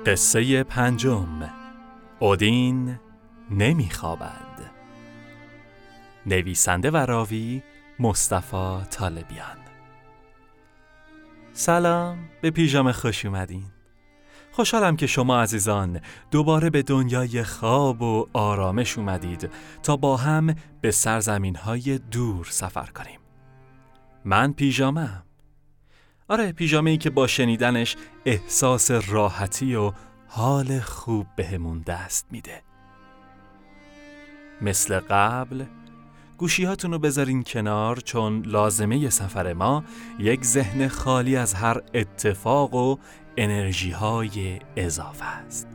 قصه پنجم، اودین نمیخوابد. نویسنده و راوی مصطفی طالبیان. سلام، به پیژامه خوش اومدین. خوشحالم که شما عزیزان دوباره به دنیای خواب و آرامش اومدید تا با هم به سرزمین‌های دور سفر کنیم. من پیژامه‌ام. آره، پیژامه‌ای که با شنیدنش احساس راحتی و حال خوب بهمون دست میده. مثل قبل گوشی‌هاتون رو بذارین کنار، چون لازمه سفر ما یک ذهن خالی از هر اتفاق و انرژی‌های اضافه است.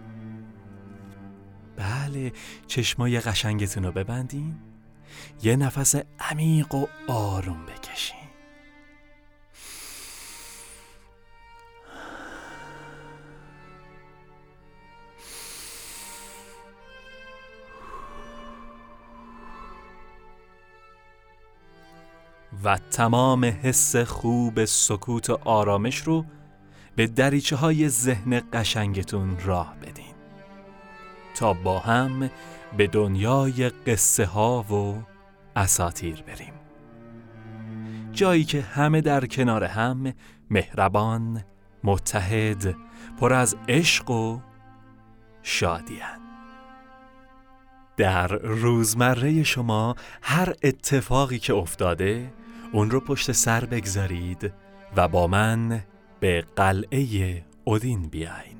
بله، چشمای قشنگتون رو ببندین، یه نفس عمیق و آروم بکشین. و تمام حس خوب سکوت و آرامش رو به دریچه های ذهن قشنگتون راه بدین تا با هم به دنیای قصه ها و اساطیر بریم، جایی که همه در کنار هم مهربان، متحد، پر از عشق و شادی‌اند. در روزمره شما هر اتفاقی که افتاده اون رو پشت سر بگذارید و با من به قلعه اودین بیاین.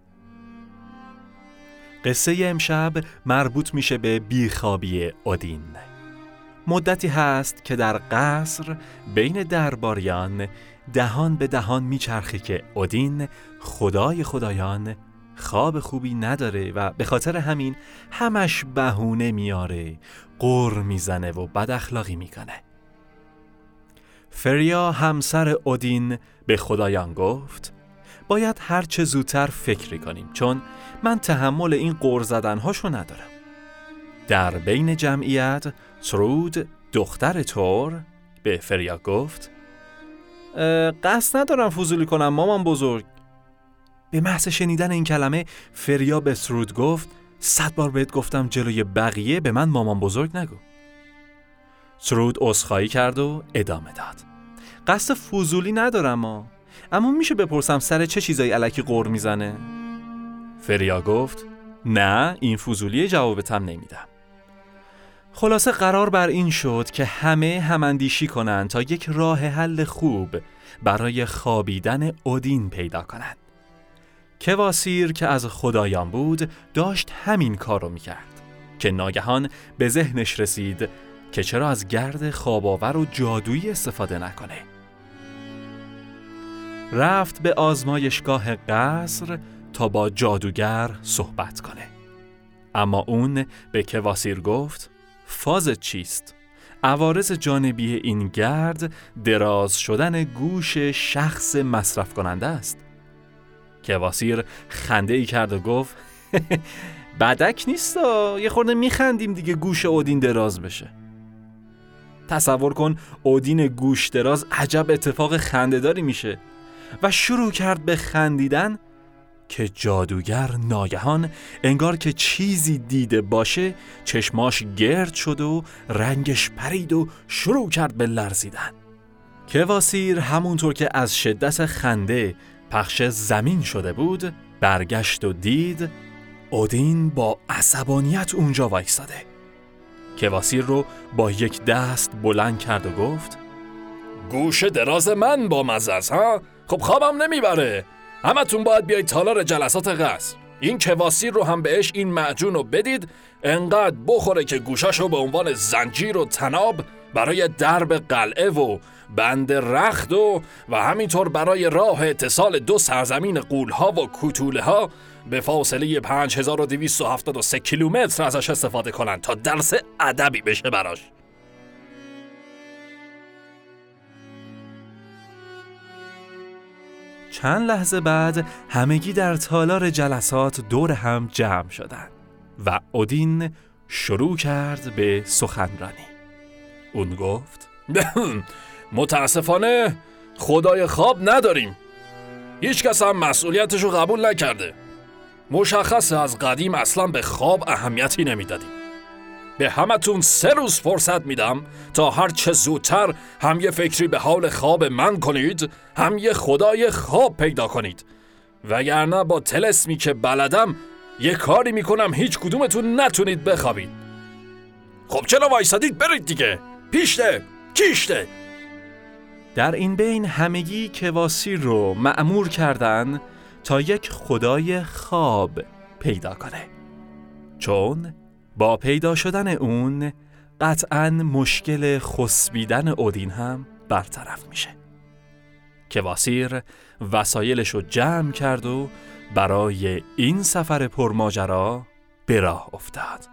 قصه امشب مربوط میشه به بیخوابی اودین. مدتی هست که در قصر بین درباریان دهان به دهان میچرخه که اودین خدای خدایان خواب خوبی نداره و به خاطر همین همش بهونه میاره، غر میزنه و بد اخلاقی میکنه. فریا همسر اودین به خدایان گفت باید هر چه زودتر فکری کنیم، چون من تحمل این غر زدنهاشو ندارم. در بین جمعیت ترود دختر تور به فریا گفت قصد ندارم فضولی کنم مامان بزرگ. به محض شنیدن این کلمه فریا به ترود گفت 100 بار بهت گفتم جلوی بقیه به من مامان بزرگ نگو. ترود عذرخواهی کرد و ادامه داد قصد فضولی ندارم اما میشه بپرسم سر چه چیزایی الکی غر میزنه؟ فریا گفت نه، این فضولی، جوابتم نمیدم. خلاصه قرار بر این شد که همه هماندیشی کنند تا یک راه حل خوب برای خوابیدن اودین پیدا کنند. کواسیر که از خدایان بود داشت همین کار رو میکرد که ناگهان به ذهنش رسید که چرا از گرد خواب‌آور و جادویی استفاده نکنه. رفت به آزمایشگاه قصر تا با جادوگر صحبت کنه، اما اون به کواسیر گفت فازت چیست؟ عوارض جانبی این گرد دراز شدن گوش شخص مصرف کننده است. کواسیر خنده ای کرد و گفت بدک نیستا، یه خورده میخندیم دیگه گوش اودین دراز بشه. تصور کن اودین گوش دراز عجب اتفاق خنده‌داری میشه. و شروع کرد به خندیدن که جادوگر ناگهان انگار که چیزی دیده باشه چشماش گرد شد و رنگش پرید و شروع کرد به لرزیدن. کواسیر همونطور که از شدت خنده پخش زمین شده بود برگشت و دید اودین با عصبانیت اونجا وایساده. کواسیر رو با یک دست بلند کرد و گفت گوش دراز من با مزه است ها؟ خب خوابم نمیبره. همتون باید بیایید تالار جلسات قصر. این کواسیر رو هم بهش این معجون رو بدید انقدر بخوره که گوشاشو به عنوان زنجیر و تناب برای درب قلعه و بند رخت و همینطور برای راه اتصال 2 سرزمین غول‌ها و کوتوله‌ها به فاصله 5273 کیلومتر ازش استفاده کنن تا درس ادبی بشه براش. چند لحظه بعد همگی در تالار جلسات دور هم جمع شدند و اودین شروع کرد به سخنرانی. اون گفت متاسفانه خدای خواب نداریم. هیچ کس هم مسئولیتشو قبول نکرده. مشخصه از قدیم اصلا به خواب اهمیتی نمیدادیم. به همتون 3 روز فرصت میدم تا هر چه زودتر هم یه فکری به حال خواب من کنید، هم یه خدای خواب پیدا کنید، وگرنه با طلسمی که بلدم یه کاری میکنم هیچ کدومتون نتونید بخوابید. خب چرا وایسادید؟ برید دیگه، پیشته کیشته. در این بین همگی کواسیر رو مأمور کردن تا یک خدای خواب پیدا کنه، چون با پیدا شدن اون قطعاً مشکل خسبیدن اودین هم برطرف میشه. کواسیر وسایلش رو جمع کرد و برای این سفر پرماجرا به راه افتاد.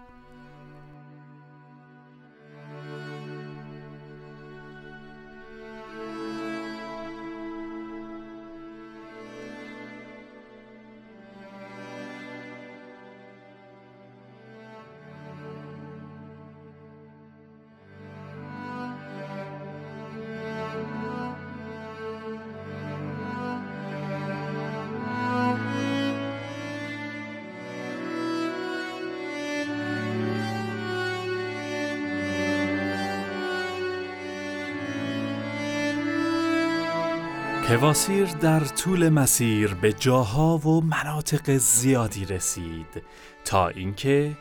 کواسیر در طول مسیر به جاها و مناطق زیادی رسید تا اینکه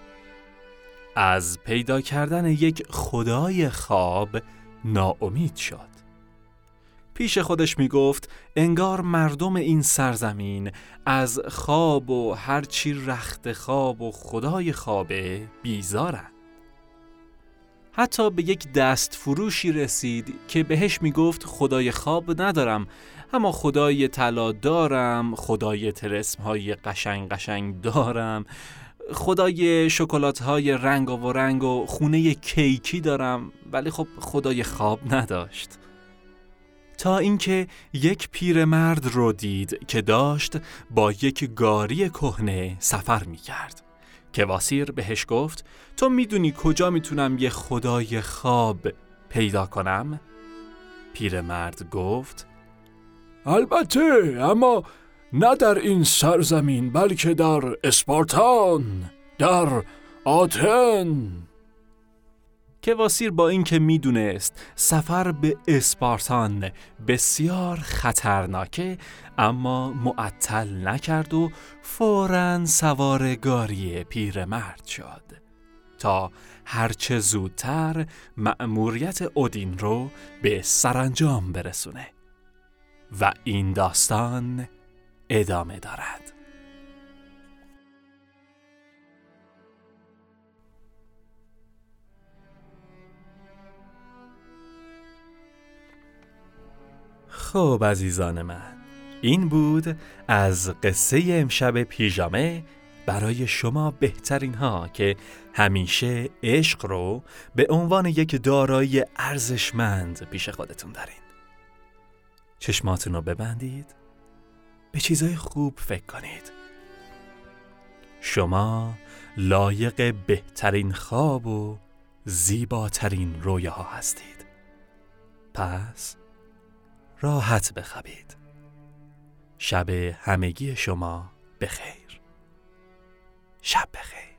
از پیدا کردن یک خدای خواب ناامید شد. پیش خودش می گفت انگار مردم این سرزمین از خواب و هرچی رخت خواب و خدای خوابه بیزارن. حتی به یک دست فروشی رسید که بهش می گفت خدای خواب ندارم، اما خدای طلا دارم، خدای طلسم‌های قشنگ دارم، خدای شکلات‌های رنگ و رنگ و خونه کیکی دارم، ولی خب خدای خواب نداشت. تا اینکه یک پیرمرد رو دید که داشت با یک گاری کهنه سفر می‌کرد. کواسیر بهش گفت تو میدونی کجا میتونم یه خدای خواب پیدا کنم؟ پیرمرد گفت البته، اما نه در این سرزمین بلکه در اسپارتان، در آتن. کواسیر با اینکه میدونست سفر به اسپارتان بسیار خطرناکه، اما معطل نکرد و فوراً سوار گاری پیرمرد شد تا هرچه زودتر مأموریت اودین رو به سرانجام برسونه. و این داستان ادامه دارد. خب عزیزان من، این بود از قصه امشب پیژامه برای شما بهترین ها که همیشه عشق رو به عنوان یک دارایی ارزشمند پیش خودتون دارین. چشماتون رو ببندید، به چیزای خوب فکر کنید. شما لایق بهترین خواب و زیباترین رویاها هستید. پس راحت بخوابید. شب همگی شما بخیر. شب بخیر.